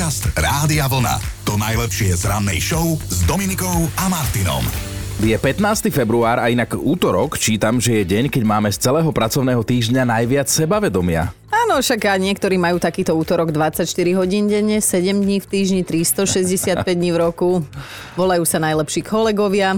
Podcast Rádia Vlna. To najlepšie z rannej show s Dominikou a Martinom. Je 15. február a inak útorok čítam, že je deň, keď máme z celého pracovného týždňa najviac sebavedomia. Áno, však a niektorí majú takýto útorok 24 hodín denne, 7 dní v týždni, 365 dní v roku. Volajú sa najlepší kolegovia.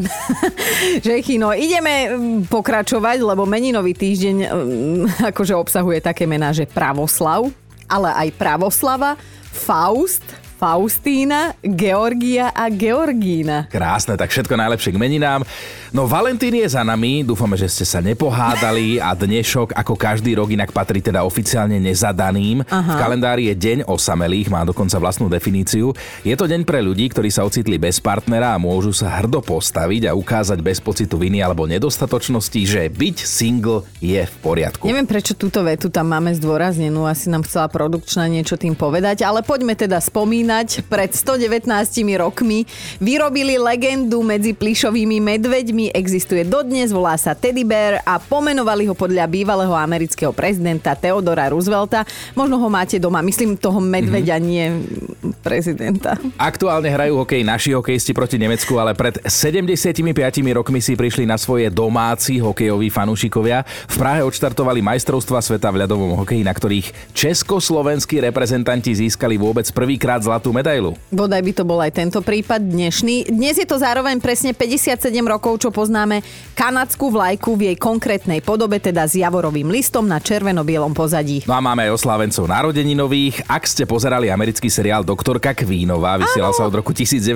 Žechy, no ideme pokračovať, lebo meninový týždeň akože obsahuje také mená, že Pravoslav, ale aj Pravoslava, Faust, Faustína, Georgia a Georgína. Krásne, tak všetko najlepšie k meninám. No Valentín je za nami, dúfame, že ste sa nepohádali a dnešok, ako každý rok, inak patrí teda oficiálne nezadaným. Aha. V kalendári je deň osamelých, má dokonca vlastnú definíciu. Je to deň pre ľudí, ktorí sa ocitli bez partnera a môžu sa hrdo postaviť a ukázať bez pocitu viny alebo nedostatočnosti, že byť single je v poriadku. Neviem, prečo túto vetu tam máme zdôraznenú, asi nám chcela produkčná niečo tým povedať, ale poďme teda spomínať. Pred 119 rokmi vyrobili legendu medzi plyšovými medveďmi. Existuje dodnes, volá sa Teddy Bear a pomenovali ho podľa bývalého amerického prezidenta Theodora Roosevelta. Možno ho máte doma, myslím toho medveďa, nie prezidenta. Aktuálne hrajú hokej naši hokejisti proti Nemecku, ale pred 75 rokmi si prišli na svoje domáci hokejoví fanúšikovia. V Prahe odštartovali majstrovstvá sveta v ľadovom hokeji, na ktorých československí reprezentanti získali vôbec prvýkrát zlatú medailu. Bodaj by to bol aj tento prípad dnešný. Dnes je to zároveň presne 57 rokov, čo poznáme kanadskú vlajku v jej konkrétnej podobe, teda s javorovým listom na červeno-bielom pozadí. No a máme aj oslávencov narodeninových. Ak ste pozerali americký seriál Doktorka Queenová, vysielal sa od roku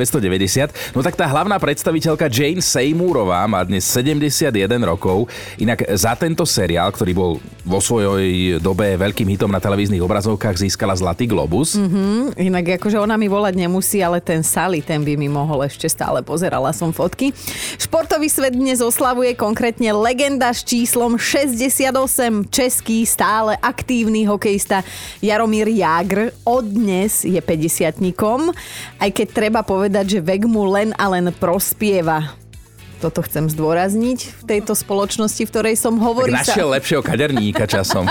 1990, no tak tá hlavná predstaviteľka Jane Seymourova má dnes 71 rokov. Inak za tento seriál, ktorý bol vo svojej dobe veľkým hitom na televíznych obrazovkách, získala Zlatý globus. Inak akože ona mi volať nemusí, ale ten Sally, ten by mi mohol ešte stále, pozerala som fotky. Športový svet dnes oslavuje konkrétne legenda s číslom 68, český stále aktívny hokejista Jaromír Jágr. Od dnes je 50-tníkom, aj keď treba povedať, že vek mu len a len prospieva. Toto chcem zdôrazniť v tejto spoločnosti, v ktorej som hovorí tak našiel lepšieho kaderníka časom.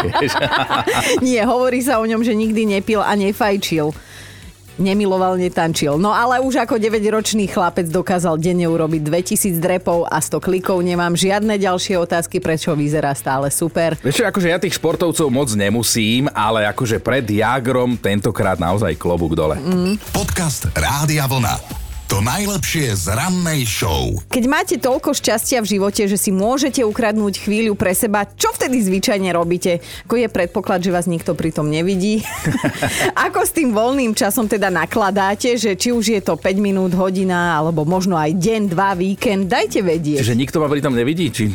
Nie, hovorí sa o ňom, že nikdy nepil a nefajčil. Nemiloval, netančil. No ale už ako 9-ročný chlapec dokázal denne urobiť 2000 drepov a 100 klikov. Nemám žiadne ďalšie otázky, prečo vyzerá stále super. Vieš čo, akože ja tých športovcov moc nemusím, ale akože pred Jágrom tentokrát naozaj klobúk dole. Podcast Rádia Vlna. To najlepšie z rannej show. Keď máte toľko šťastia v živote, že si môžete ukradnúť chvíľu pre seba, čo vtedy zvyčajne robíte? Ako je predpoklad, že vás nikto pritom nevidí? Ako s tým voľným časom teda nakladáte, že či už je to 5 minút, hodina, alebo možno aj deň, 2, víkend, dajte vedieť. Čiže nikto ma pritom nevidí? Či...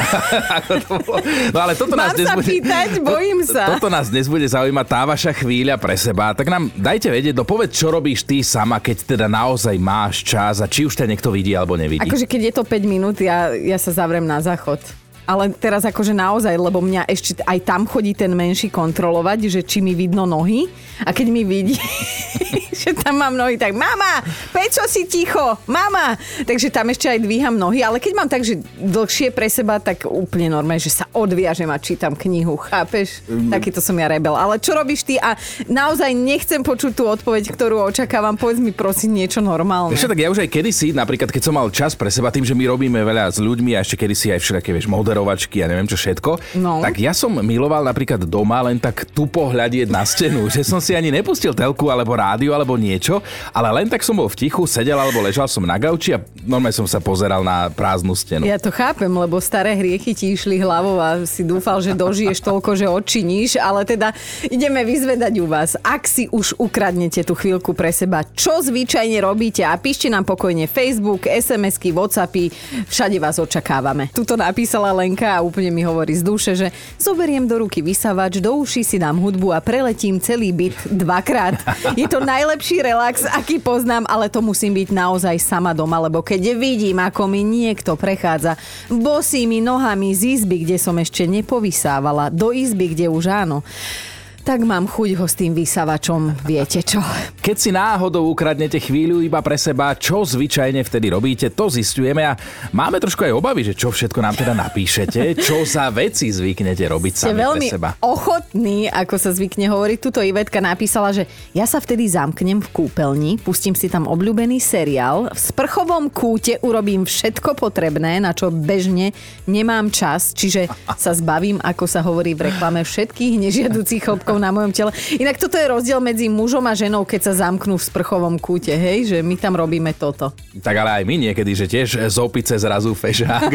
No ale toto nás dnes bude... pýtať, bojím sa. Toto nás dnes bude zaujímať, tá vaša chvíľa pre seba. Tak nám dajte vedieť, povedz, čo robíš ty sama, keď teda naozaj máš čas a či už ťa niekto vidí alebo nevidí. Akože keď je to 5 minút, ja sa zavriem na záchod. Ale teraz akože naozaj, lebo mňa ešte aj tam chodí ten menší kontrolovať, že či mi vidno nohy. A keď mi vidí, že tam mám nohy, tak mama, prečo si ticho? Mama! Takže tam ešte aj dvíham nohy. Ale keď mám tak, že dlhšie pre seba, tak úplne normálne, že sa odviažem a čítam knihu. Chápeš? Takýto som ja rebel. Ale čo robíš ty? A naozaj nechcem počuť tú odpoveď, ktorú očakávam. Povedz mi prosím niečo normálne. Vieš, tak ja už aj kedysi, napríklad keď som mal čas pre seba, tým, že my robíme veľa s ľuďmi a ešte kedysi aj všelijaké, vieš, moderovačky a neviem čo všetko, no. Tak ja som miloval napríklad doma len tak tupo hľadieť na stenu, že som si ani nepustil telku alebo rádio alebo niečo, ale len tak som bol v tichu, sedel alebo ležal som na gauči a normálne som sa pozeral na prázdnu stenu. Ja to chápem, lebo staré hriechy ti išli hlavou a si dúfal, že dožiješ toľko, že odčiníš, ale teda ideme vyzvedať u vás. Ak si už ukradnete tú chvíľku pre seba, čo zvyčajne robíte a píšte nám pokojne Facebook, SMS-ky, WhatsAppy, všade vás očakávame. Tuto napísala Lenka a úplne mi hovorí z duše, že zoberiem do ruky vysavač, do uší si dám hudbu a preletím celý byt 2-krát. Je to najlepší relax, aký poznám, ale to musím byť naozaj sama doma, lebo keď vidím, ako mi niekto prechádza bosými nohami z izby, kde som ešte nepovysávala, do izby, kde už áno, tak mám chuť ho s tým vysavačom, viete čo. Keď si náhodou ukradnete chvíľu iba pre seba, čo zvyčajne vtedy robíte, to zisťujeme a máme trošku aj obavy, že čo všetko nám teda napíšete, čo za veci zvyknete robiť sami pre seba. Ste veľmi ochotní, ako sa zvykne hovoriť. Tuto Ivetka napísala, že ja sa vtedy zamknem v kúpeľni, pustím si tam obľúbený seriál, v sprchovom kúte urobím všetko potrebné, na čo bežne nemám čas, čiže sa zbavím, ako sa hovorí v reklame, všetkých nežiaducích chlopkov na mojom tele. Inak toto je rozdiel medzi mužom a ženou, keď sa zamknú v sprchovom kúte, hej, že my tam robíme toto. Tak ale aj my niekedy, že tiež z opice zrazu fešák.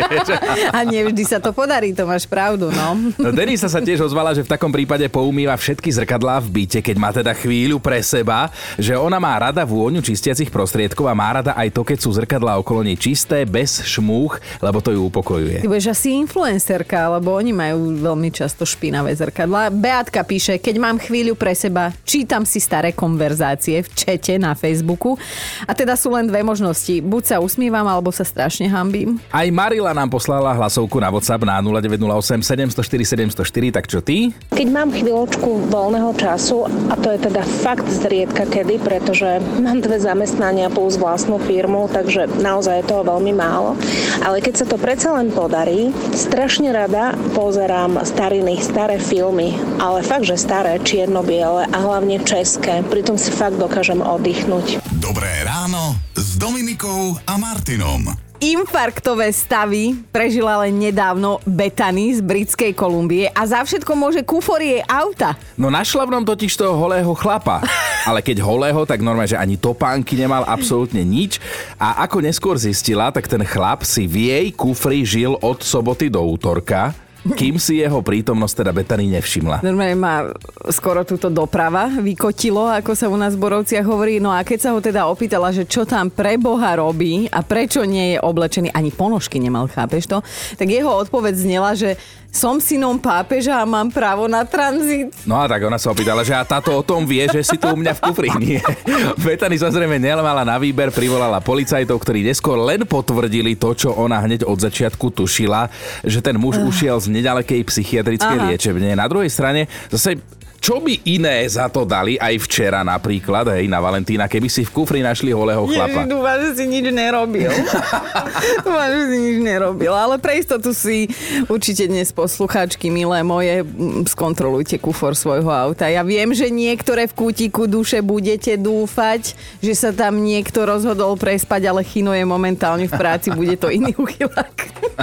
A nie vždy sa to podarí, to máš pravdu, no. No Denisa sa tiež ozvala, že v takom prípade poumýva všetky zrkadlá v byte, keď má teda chvíľu pre seba, že ona má rada vôňu čistiacich prostriedkov a má rada aj to, keď sú zrkadlá okolo nej čisté, bez šmúch, lebo to ju upokojuje. Ty budeš asi influencerka, lebo oni majú veľmi často špinavé zrkadlá. Beatka píše, keď mám chvíľu pre seba, čítam si staré konverzácie v čete na Facebooku a teda sú len dve možnosti. Buď sa usmievam, alebo sa strašne hanbím. Aj Marila nám poslala hlasovku na WhatsApp na 0908 704 704, tak čo ty? Keď mám chvíľočku voľného času, a to je teda fakt zriedka kedy, pretože mám 2 zamestnania plus vlastnú firmu, takže naozaj je toho veľmi málo. Ale keď sa to predsa len podarí, strašne rada pozerám staré filmy, ale fakt, že staré, čierno-biele a hlavne české. Pritom si fakt dokážem oddychnúť. Dobré ráno s Dominikou a Martinom. Infarktové stavy prežila len nedávno Bethany z Britskej Kolumbie a za všetko môže kuforie auta. No našla v ňom totiž toho holého chlapa. Ale keď holého, tak normálne, že ani topánky nemal, absolútne nič. A ako neskôr zistila, tak ten chlap si v jej kufri žil od soboty do útorka, kým si jeho prítomnosť teda Bethany nevšimla. Normálne ma skoro túto doprava vykotilo, ako sa u nás v Borovciach hovorí. No a keď sa ho teda opýtala, že čo tam pre Boha robí a prečo nie je oblečený, ani ponožky nemal, chápeš to? Tak jeho odpoveď znela, že som synom pápeža a mám právo na tranzit. No a tak ona sa opýtala, že a táto o tom vie, že si tu u mňa v kufri. Nie. Bethany samozrejme nemala na výber, privolala policajtov, ktorí neskôr len potvrdili to, čo ona hneď od začiatku tušila, že ten muž ušiel z nedalekej psychiatrickej liečebne. Na druhej strane zase čo by iné za to dali aj včera napríklad, hej, na Valentína, keby si v kufri našli holého chlapa? Ježiš, dúfam, že si nič nerobil. Dúfam, že si nič nerobil. Ale pre istotu si určite dnes poslucháčky, milé moje, skontrolujte kufor svojho auta. Ja viem, že niektoré v kútiku duše budete dúfať, že sa tam niekto rozhodol prespať, ale Chino je momentálne v práci, bude to iný uchylák.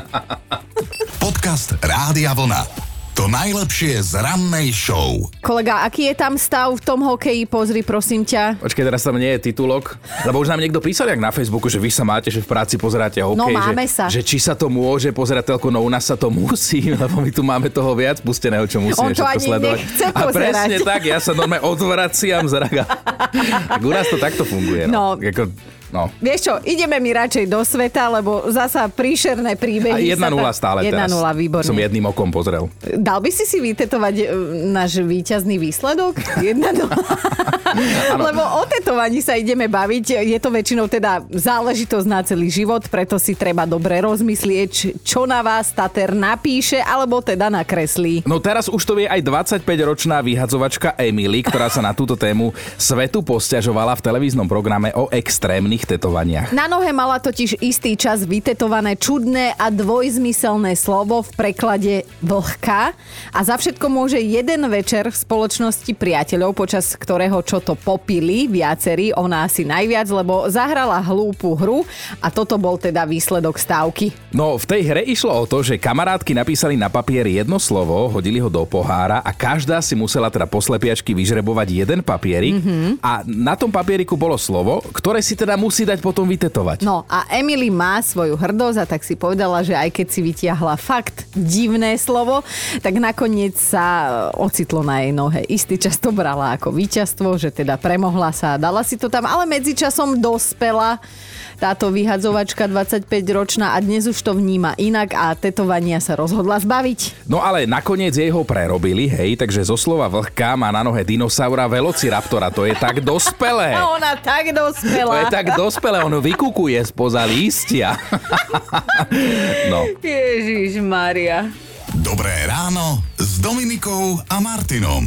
Podcast Rádia Vlna. To najlepšie z rannej show. Kolega, aký je tam stav v tom hokeji? Pozri, prosím ťa. Počkej, teraz tam nie je titulok. Lebo už nám niekto písal jak na Facebooku, že vy sa máte, že v práci pozeráte hokej. No máme sa. Že či sa to môže pozerať telko, no u nás sa to musí, lebo my tu máme toho viac pusteného, čo musíme všetko sledovať. A presne tak, ja sa normálne odvraciam z raga. Tak u nás to takto funguje. No. No. Vieš čo, ideme mi radšej do sveta, lebo zasa príšerné príbehy. A 1-0 stále 1-0, teraz. výborne. Som jedným okom pozrel. Dal by si vytetovať náš víťazný výsledok? 1-0. Lebo o tetovaní sa ideme baviť. Je to väčšinou teda záležitosť na celý život, preto si treba dobre rozmyslieť, čo na vás Tater napíše, alebo teda nakreslí. No teraz už to vie aj 25-ročná vyhadzovačka Emily, ktorá sa na túto tému svetu posťažovala v televíznom programe o extrémnych tetovaniach. Na nohe mala totiž istý čas vytetované čudné a dvojzmyselné slovo v preklade vlhká a za všetko môže jeden večer v spoločnosti priateľov, počas ktorého čo to popili viacerí, ona asi najviac, lebo zahrala hlúpu hru a toto bol teda výsledok stávky. No v tej hre išlo o to, že kamarátky napísali na papier jedno slovo, hodili ho do pohára a každá si musela teda poslepiačky vyžrebovať jeden papierik a na tom papieriku bolo slovo, ktoré si teda musí dať potom vytetovať. No a Emily má svoju hrdosť a tak si povedala, že aj keď si vytiahla fakt divné slovo, tak nakoniec sa ocitlo na jej nohe. Istý čas to brala ako víťazstvo, že teda premohla sa a dala si to tam, ale medzičasom dospela táto vyhadzovačka 25-ročná a dnes už to vníma inak a tetovania sa rozhodla zbaviť. No ale nakoniec jej ho prerobili, hej, takže zo slova vlhká má na nohe dinosaura velociraptora, to je tak dospelé. A ona tak dospelá. To je tak dospelé, ono vykukuje spoza lístia. No. Ježišmaria. Dobré ráno s Dominikou a Martinom.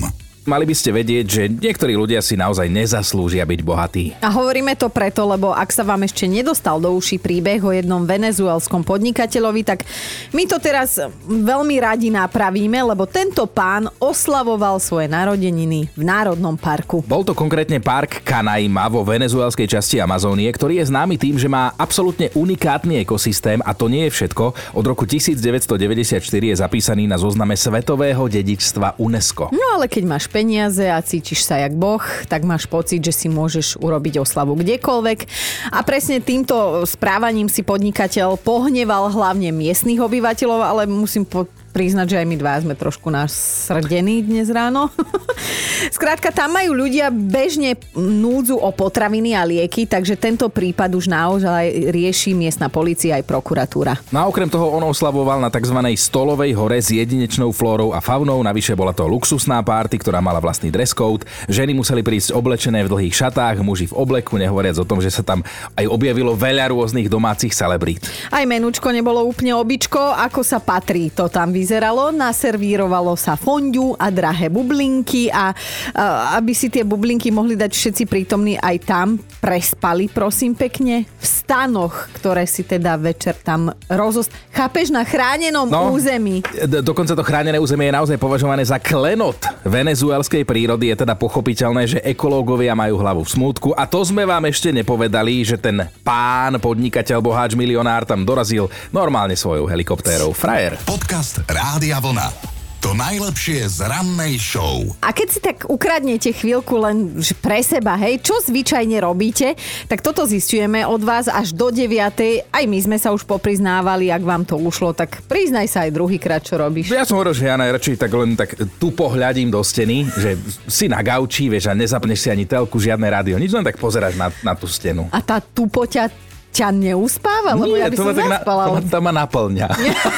mali by ste vedieť, že niektorí ľudia si naozaj nezaslúžia byť bohatí. A hovoríme to preto, lebo ak sa vám ešte nedostal do uší príbeh o jednom venezuelskom podnikateľovi, tak my to teraz veľmi radi napravíme, lebo tento pán oslavoval svoje narodeniny v Národnom parku. Bol to konkrétne park Canaima vo venezuelskej časti Amazónie, ktorý je známy tým, že má absolútne unikátny ekosystém a to nie je všetko. Od roku 1994 je zapísaný na zozname svetového dedičstva UNESCO. No ale keď máš peniaze a cítiš sa jak boh, tak máš pocit, že si môžeš urobiť oslavu kdekoľvek. A presne týmto správaním si podnikateľ pohneval hlavne miestnych obyvateľov, ale musím priznať, že aj my dva sme trošku nasrdení dnes ráno. Skrátka, tam majú ľudia bežne núdzu o potraviny a lieky, takže tento prípad už naozaj rieši miestna polícia aj prokuratúra. No a okrem toho on oslavoval na tzv. Stolovej hore s jedinečnou flórou a faunou, navyše bola to luxusná párty, ktorá mala vlastný dress code. Ženy museli prísť oblečené v dlhých šatách, muži v obleku, nehovoriac o tom, že sa tam aj objavilo veľa rôznych domácich celebrít. Aj menučko nebolo úplne običko, ako sa patrí, to tam vyzeralo. Naservírovalo sa fondiu a drahé bublinky a aby si tie bublinky mohli dať všetci prítomní aj tam, prespali, prosím pekne, v stanoch, ktoré si teda večer tam chápeš, na chránenom území. Dokonca to chránené územie je naozaj považované za klenot venezuelskej prírody. Je teda pochopiteľné, že ekológovia majú hlavu v smútku a to sme vám ešte nepovedali, že ten pán, podnikateľ, boháč, milionár tam dorazil normálne svojou helikoptérou. Frajer. Podcast Rádia Vlna. To najlepšie z rannej show. A keď si tak ukradnete chvíľku len pre seba, hej, čo zvyčajne robíte, tak toto zisťujeme od vás až do 9:00. Aj my sme sa už popriznávali, ak vám to ušlo, tak priznaj sa aj druhýkrát, čo robíš. Ja som hovoril, že ja najradšej tak len tak tu pohľadím do steny, že si na gauči, vieš, a nezapneš si ani telku, žiadne rádio, nič, len tak pozeráš na tú stenu. A tá tupoťa ťa neuspáva? Lebo ja by som zaspala. To ma naplňa.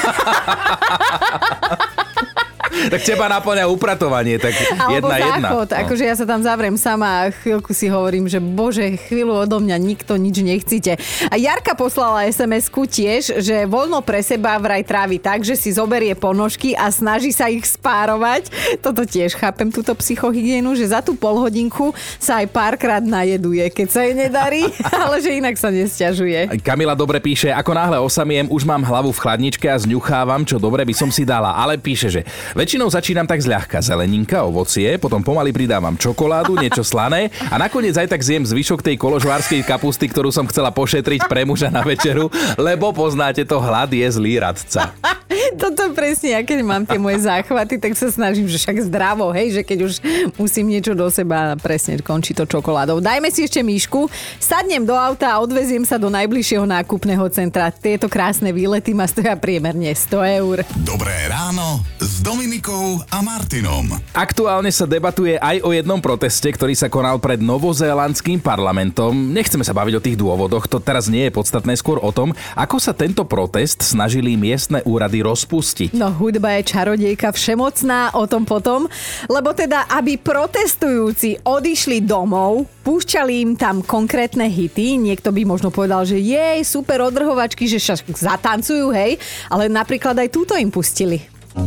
Tak teba naplňa upratovanie, tak alebo jedna. záchod, akože ja sa tam zavriem sama a chvíľku si hovorím, že bože, chvíľu odo mňa nikto nič nechcíte. A Jarka poslala SMS-ku tiež, že voľno pre seba vraj trávi tak, že si zoberie ponožky a snaží sa ich spárovať. Toto tiež chápem, túto psychohygienu, že za tú polhodinku sa aj párkrát najeduje, keď sa jej nedarí, ale že inak sa nesťažuje. Kamila dobre píše, ako náhle osamiem, už mám hlavu v chladničke a zňuchávam, čo dobre by som si dala, ale píše, že väčšinou začínam tak zľahka, zeleninka, ovocie, potom pomaly pridávam čokoládu, niečo slané a nakoniec aj tak zjem zvyšok tej koložvárskej kapusty, ktorú som chcela pošetriť pre muža na večeru, lebo poznáte to, hlad je zlý radca. Toto presne, ja keď mám tie moje záchvaty, tak sa snažím, že však zdravo, hej, že keď už musím niečo do seba, presne končí to čokoládou. Dajme si ešte Míšku, sadnem do auta a odveziem sa do najbližšieho nákupného centra. Tieto krásne výlety ma stoja priemerne 100 eur. Dobré ráno s Dominikou a Martinom. Aktuálne sa debatuje aj o jednom proteste, ktorý sa konal pred novozélandským parlamentom. Nechceme sa baviť o tých dôvodoch, to teraz nie je podstatné, skôr o tom, ako sa tento protest snažili miestne úrady rozpustiť. No, hudba je čarodejka všemocná, o tom potom, lebo teda, aby protestujúci odišli domov, púšťali im tam konkrétne hity, niekto by možno povedal, že jej, super odrhovačky, že však zatancujú, hej, ale napríklad aj túto im pustili.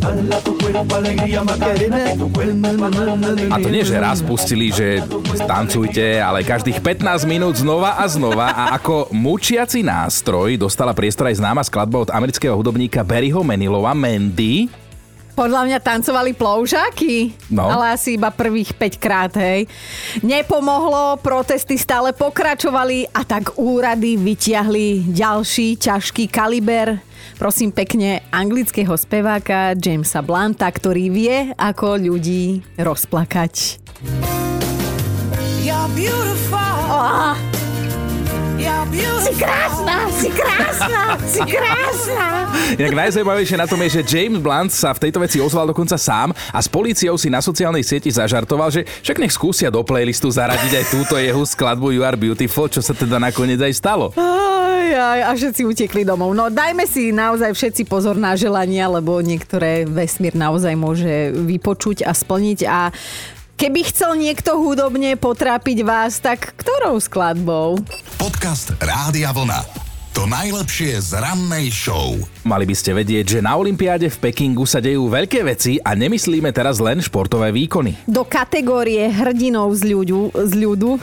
A to nie, že raz pustili, že tancujte, ale každých 15 minút znova a znova a ako mučiaci nástroj dostala priestor aj známa skladba od amerického hudobníka Barryho Manilova Mandy. Podľa mňa tancovali ploužáky, ale asi iba prvých 5 krát, hej. Nepomohlo, protesty stále pokračovali a tak úrady vytiahli ďalší ťažký kaliber, prosím pekne, anglického speváka Jamesa Blunta, ktorý vie, ako ľudí rozplakať. Si krásna, si krásna, si krásna. Inak najzaujímavejšie na tom je, že James Blunt sa v tejto veci ozval dokonca sám a s políciou si na sociálnej sieti zažartoval, že však nech skúsia do playlistu zaradiť aj túto jeho skladbu You Are Beautiful, čo sa teda nakoniec aj stalo. A všetci utekli domov. No dajme si naozaj všetci pozor na želania, lebo niektoré vesmír naozaj môže vypočuť a splniť a keby chcel niekto hudobne potrápiť vás, tak ktorou skladbou? Podcast Rádia Vlna. To najlepšie z rannej show. Mali by ste vedieť, že na olympiáde v Pekingu sa dejú veľké veci a nemyslíme teraz len športové výkony. Do kategórie hrdinov z ľudu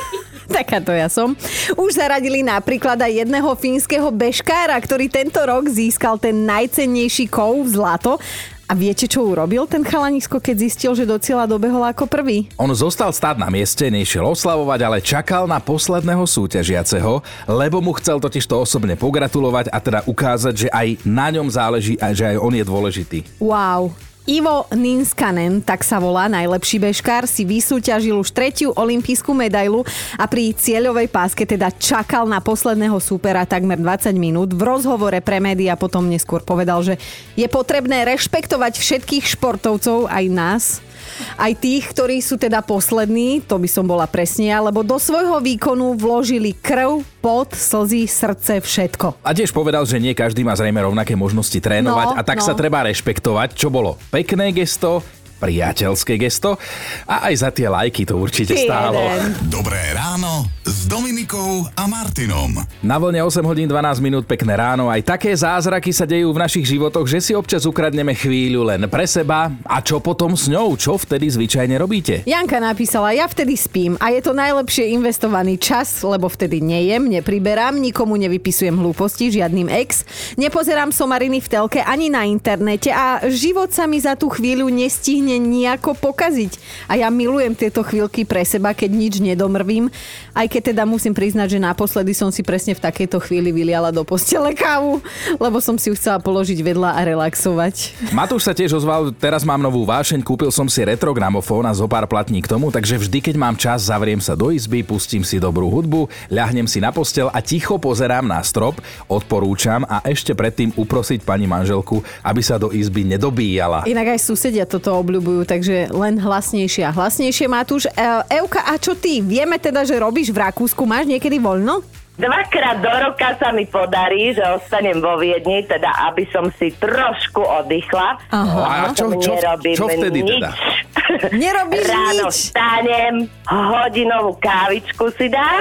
takáto ja som. Už zaradili napríklad aj jedného fínskeho bežkára, ktorý tento rok získal ten najcennejší kov zlato. A viete, čo urobil ten chalanisko, keď zistil, že do cieľa dobehol ako prvý? On zostal stáť na mieste, nešiel oslavovať, ale čakal na posledného súťažiaceho, lebo mu chcel totižto osobne pogratulovať a teda ukázať, že aj na ňom záleží a že aj on je dôležitý. Wow. Ivo Ninskanen, tak sa volá, najlepší bežkár, si vysúťažil už 3. olympijskú medailu a pri cieľovej páske teda čakal na posledného súpera takmer 20 minút. V rozhovore pre médiá potom neskôr povedal, že je potrebné rešpektovať všetkých športovcov, aj nás, aj tých, ktorí sú teda poslední, to by som bola presne ja, lebo do svojho výkonu vložili krv, pot, slzy, srdce, všetko. A tiež povedal, že nie každý má zrejme rovnaké možnosti trénovať a tak sa treba rešpektovať, čo bolo pekné gesto, priateľské gesto a aj za tie lajky to určite stálo. Dobré ráno s Dominikou a Martinom. Na vlne 8 hodín 12 minút, pekné ráno. Aj také zázraky sa dejú v našich životoch, že si občas ukradneme chvíľu len pre seba. A čo potom s ňou? Čo vtedy zvyčajne robíte? Janka napísala, ja vtedy spím a je to najlepšie investovaný čas, lebo vtedy nejem, nepriberám, nikomu nevypisujem hlúposti, žiadnym ex, nepozerám somariny v telke ani na internete a život sa mi za tú chvíľu nestihne nejako pokaziť. A ja milujem tieto chvíľky pre seba, keď nič nedomrvím, aj keď teda musím priznať, že naposledy som si presne v takejto chvíli vyliala do postele kávu, lebo som si ju chcela položiť vedľa a relaxovať. Matúš sa tiež ozval, teraz mám novú vášeň, kúpil som si retro gramofón a zo pár platní k tomu, takže vždy, keď mám čas, zavriem sa do izby, pustím si dobrú hudbu, ľahnem si na posteľ a ticho pozerám na strop, odporúčam a ešte predtým uprosiť pani manželku, aby sa do izby nedobíjala. Inak aj susedia toto obľubujú, takže len hlasnejšie a hlasnejšie. Matúš, Euka, a čo ty? Vieme teda, že robíš v Rakúsku, máš niekedy voľno? 2-krát do roka sa mi podarí, že ostanem vo Viedni, teda aby som si trošku oddychla. A čo vtedy nič. teda? Nerobíš Ráno nič? vstanem, hodinovú kávičku si dám,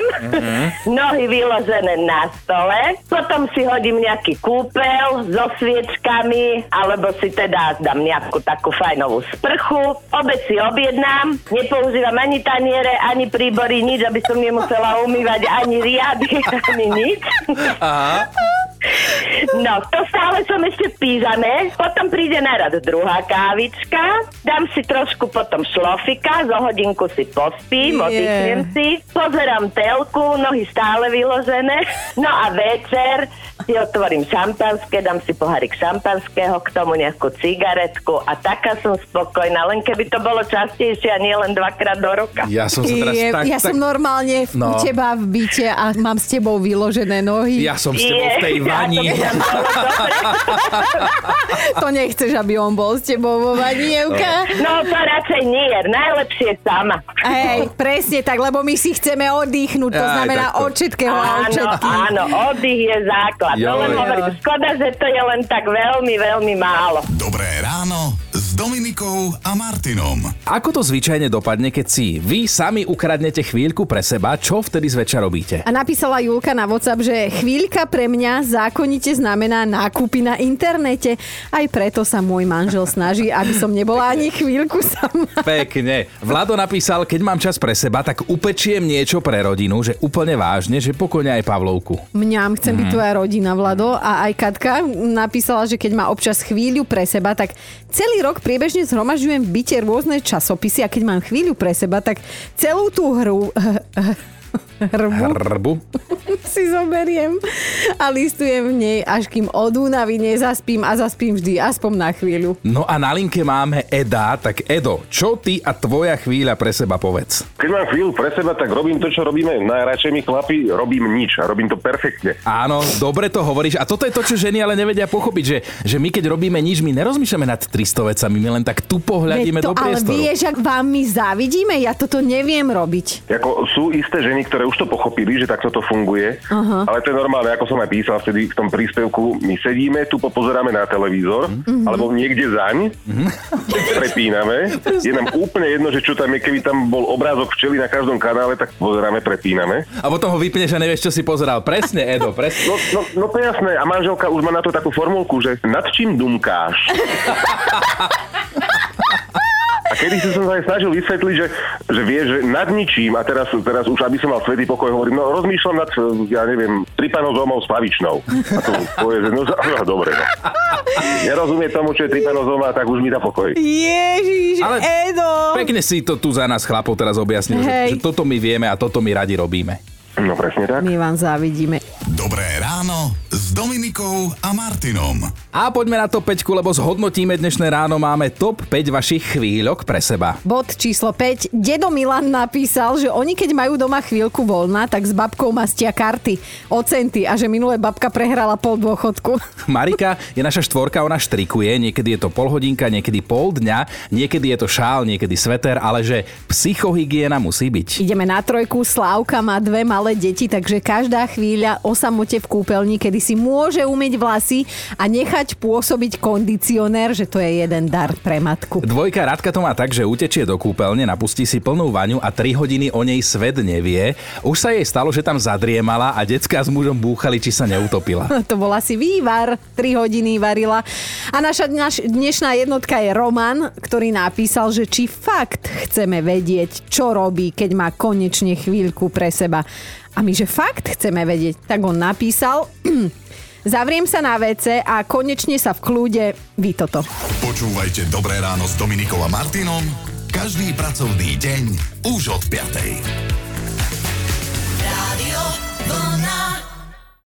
nohy vyložené na stole, potom si hodím nejaký kúpel so sviečkami, alebo si teda dám nejakú takú fajnovú sprchu, obed si objednám, nepoužívam ani taniere, ani príbory, nič, aby som nemusela umývať ani riady, ani nič. Aha. No, to stále som ešte v pížame, potom príde na rad druhá kávička, dám si trošku potom šlofika, zo hodinku si pospím, oddychnem si, pozerám telku, nohy stále vyložené, no a večer si otvorím šampanské, dám si pohárik šampanského, k tomu nejakú cigaretku a taká som spokojná, len keby to bolo častejšie a nie len 2-krát do roka. Ja som sa teraz som normálne u teba v byte a mám s tebou vyložené nohy. Ja som s tebou v tej vani. To nechceš, aby on bol s tebou vo vani, Evka? No to radšej nie, najlepšie sama. Hej, presne tak, lebo my si chceme oddychnúť, to znamená od všetkého a od všetkých. Áno, oddych je základ. To len hovorím, škoda, že to je len tak veľmi, veľmi málo. Dobré ráno s Dominikou a Martinom. Ako to zvyčajne dopadne, keď si vy sami ukradnete chvíľku pre seba, čo vtedy zvečer robíte? A napísala Julka na WhatsApp, že chvíľka pre mňa zákonite znamená nákupy na internete. Aj preto sa môj manžel snaží, aby som nebola ani chvíľku sama. Pekne. Vlado napísal, keď mám čas pre seba, tak upečiem niečo pre rodinu, že úplne vážne, že pokojne aj Pavlovku. Mňam, chcem byť tvoja rodina, Vlado. A aj Katka napísala, že keď má občas chvíľu pre seba, tak celý rok priebežne zhromažďujem v byte rôzne časopisy a keď mám chvíľu pre seba, tak celú tú hrbu si zoberiem a listujem v nej, až kým od únavy nezaspím a zaspím vždy, aspoň na chvíľu. No a na linke máme Eda, tak Edo, čo ty a tvoja chvíľa pre seba povedz? Keď mám chvíľu pre seba, tak robím to, čo robíme. Najradšej mi chlapi, robím nič a robím to perfektne. Áno, dobre to hovoríš. A toto je to, čo ženy ale nevedia pochopiť, že my keď robíme nič, my nerozmýšľame nad 300 vecami, my len tak tupo hľadíme do priestoru. Ale vieš, ak vám my závidíme, ja toto neviem robiť. Sú isté ženy, ktoré už to pochopili, že takto to funguje ale to je normálne, ako som aj písal vtedy v tom príspevku, my sedíme, tu pozeráme na televízor, alebo niekde zaň, prepíname, je nám úplne jedno, že čo tam je, keby tam bol obrázok včely na každom kanále, tak pozeráme, prepíname. A potom ho vypneš a nevieš, čo si pozeral. Presne, Edo, presne. No to je jasné, a manželka už má na to takú formulku, že nad čím dumkáš? A kedy si som sa aj snažil vysvetliť, že vieš, že nad ničím, a teraz už, aby som mal svätý pokoj, hovorím, no rozmýšľam nad, ja neviem, trypanozómou s pavičnou. A to povie, že no dobre, no. Nerozumie tomu, čo je trypanozóma, tak už mi dá pokoj. Ježiš, Ale Edo! pekne si to tu za nás chlapov teraz objasnil, že toto my vieme a toto my radi robíme. No presne tak. My vám závidíme. Dobré ráno s Dominikou a Martinom. A poďme na top 5, lebo zhodnotíme dnešné ráno. Máme top 5 vašich chvíľok pre seba. Bod číslo 5. Dedo Milan napísal, že oni keď majú doma chvíľku voľna, tak s babkou mastia karty o centy a že minulé babka prehrala pol dôchodku. Marika je naša štvorka, ona štrikuje. Niekedy je to pol hodinka, niekedy pol dňa, niekedy je to šál, niekedy sveter, ale že psychohygiena musí byť. Ideme na trojku. Slávka má 2 malé deti, takže každá chvíľa o samote v kúpeľni, kedy si môže umyť vlasy a nechať pôsobiť kondicionér, že to je jeden dar pre matku. Dvojka Radka to má tak, že utečie do kúpeľne, napustí si plnú vaňu a 3 hodiny o nej svet nevie. Už sa jej stalo, že tam zadriemala a decká s mužom búchali, či sa neutopila. To bol asi vývar, 3 hodiny varila. A naša dnešná jednotka je Roman, ktorý napísal, že či fakt chceme vedieť, čo robí, keď má konečne chvíľku pre seba. A my, že fakt chceme vedieť. Tak on napísal, zavriem sa na WC a konečne sa v kľude vy toto. Počúvajte Dobré ráno s Dominikou a Martinom každý pracovný deň už od 5:00. Rádio Vlna.